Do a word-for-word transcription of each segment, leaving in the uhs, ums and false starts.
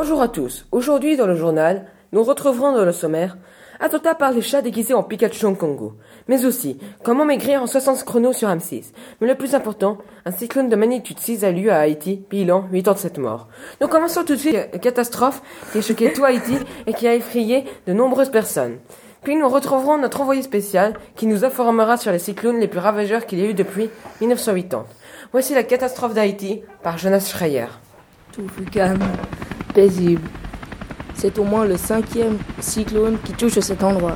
Bonjour à tous. Aujourd'hui dans le journal, nous retrouverons dans le sommaire attentat par les chats déguisés en Pikachu au Congo, mais aussi comment maigrir en soixante chronos sur M six. Mais le plus important, un cyclone de magnitude six a lieu à Haïti, bilan huit cent sept morts. Nous commençons tout de suite la catastrophe qui a choqué tout Haïti et qui a effrayé de nombreuses personnes. Puis nous retrouverons notre envoyé spécial qui nous informera sur les cyclones les plus ravageurs qu'il y a eu depuis mille neuf cent quatre-vingt-dix. Voici la catastrophe d'Haïti par Jonas Schreier. Tout fut calme, paisible. C'est au moins le cinquième cyclone qui touche cet endroit.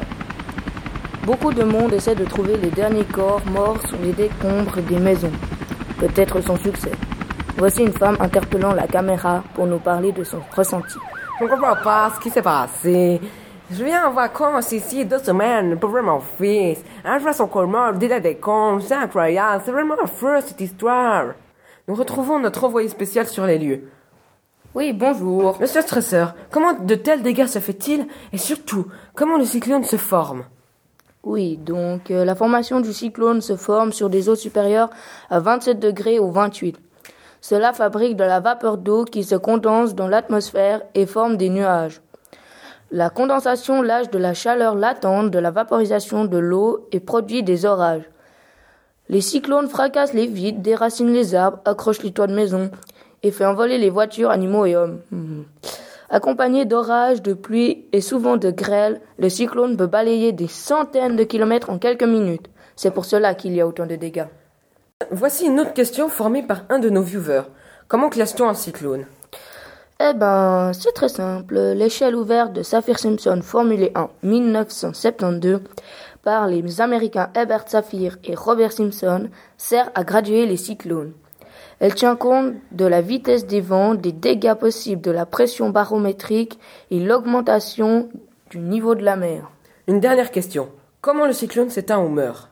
Beaucoup de monde essaie de trouver les derniers corps morts sous les décombres des maisons. Peut-être son succès. Voici une femme interpellant la caméra pour nous parler de son ressenti. Je ne comprends pas ce qui s'est passé. Je viens voir comment ici deux semaines pour voir mon fils. Un jour son corps mort, des décombres, c'est incroyable, c'est vraiment affreux cette histoire. Nous retrouvons notre envoyé spécial sur les lieux. Oui, bonjour. Monsieur Stresseur, comment de tels dégâts se fait-il et surtout, comment le cyclone se forme? Oui, donc euh, la formation du cyclone se forme sur des eaux supérieures à vingt-sept degrés ou vingt-huit. Cela fabrique de la vapeur d'eau qui se condense dans l'atmosphère et forme des nuages. La condensation lâche de la chaleur latente de la vaporisation de l'eau et produit des orages. Les cyclones fracassent les vitres, déracinent les arbres, accrochent les toits de maison et fait envoler les voitures, animaux et hommes. Mmh. Accompagné d'orages, de pluie et souvent de grêle, le cyclone peut balayer des centaines de kilomètres en quelques minutes. C'est pour cela qu'il y a autant de dégâts. Voici une autre question formée par un de nos viewers. Comment classe-t-on un cyclone? Eh ben, c'est très simple. L'échelle ouverte de Saffir-Simpson formulée en mille neuf cent soixante-douze par les Américains Herbert Saffir et Robert Simpson sert à graduer les cyclones. Elle tient compte de la vitesse des vents, des dégâts possibles de la pression barométrique et l'augmentation du niveau de la mer. Une dernière question. Comment le cyclone s'éteint ou meurt?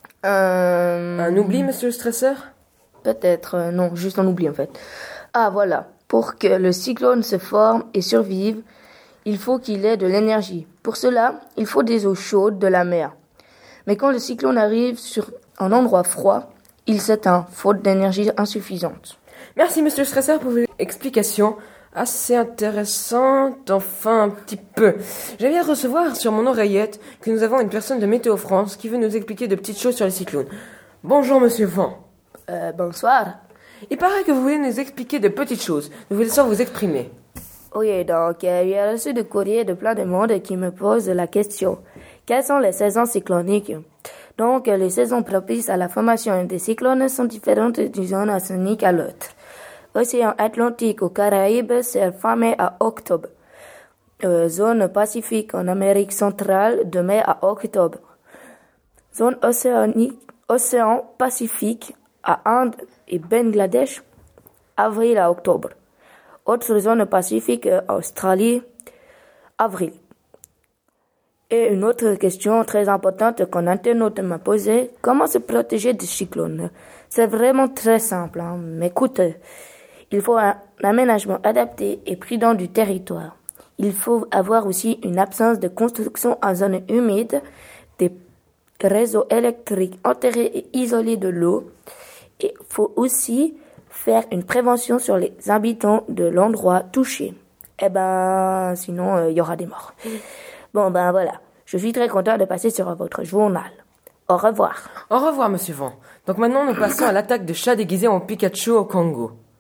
Euh... Un oubli, monsieur le stresseur? Peut-être, euh, non, juste un oubli en fait. Ah voilà, pour que le cyclone se forme et survive, il faut qu'il ait de l'énergie. Pour cela, il faut des eaux chaudes de la mer. Mais quand le cyclone arrive sur un endroit froid, il s'éteint, faute d'énergie insuffisante. Merci, monsieur le stresseur, pour vos explications assez intéressantes, enfin un petit peu. Je viens de recevoir sur mon oreillette que nous avons une personne de Météo France qui veut nous expliquer de petites choses sur les cyclones. Bonjour, monsieur Vent. Euh, bonsoir. Il paraît que vous voulez nous expliquer de petites choses. Nous vous laissons vous exprimer. Oui, donc, euh, il y a reçu de courrier de plein de monde qui me pose la question. Quelles sont les saisons cycloniques? Donc, les saisons propices à la formation des cyclones sont différentes d'une zone océanique à l'autre. Océan Atlantique aux Caraïbes, c'est formé à octobre. Euh, zone Pacifique en Amérique centrale, de mai à octobre. Zone océanique, Océan Pacifique à Inde et Bangladesh, avril à octobre. Autre zone Pacifique, Australie, avril. Et une autre question très importante qu'un internaute m'a posée, comment se protéger des cyclones? C'est vraiment très simple, hein, mais écoute, il faut un aménagement adapté et prudent du territoire. Il faut avoir aussi une absence de construction en zone humide, des réseaux électriques enterrés et isolés de l'eau. Il faut aussi faire une prévention sur les habitants de l'endroit touché. Eh ben, sinon, il euh, y aura des morts. Bon, ben voilà. Je suis très content de passer sur votre journal. Au revoir. Au revoir, monsieur Vent. Donc maintenant, nous passons à l'attaque de chats déguisés en Pikachu au Congo.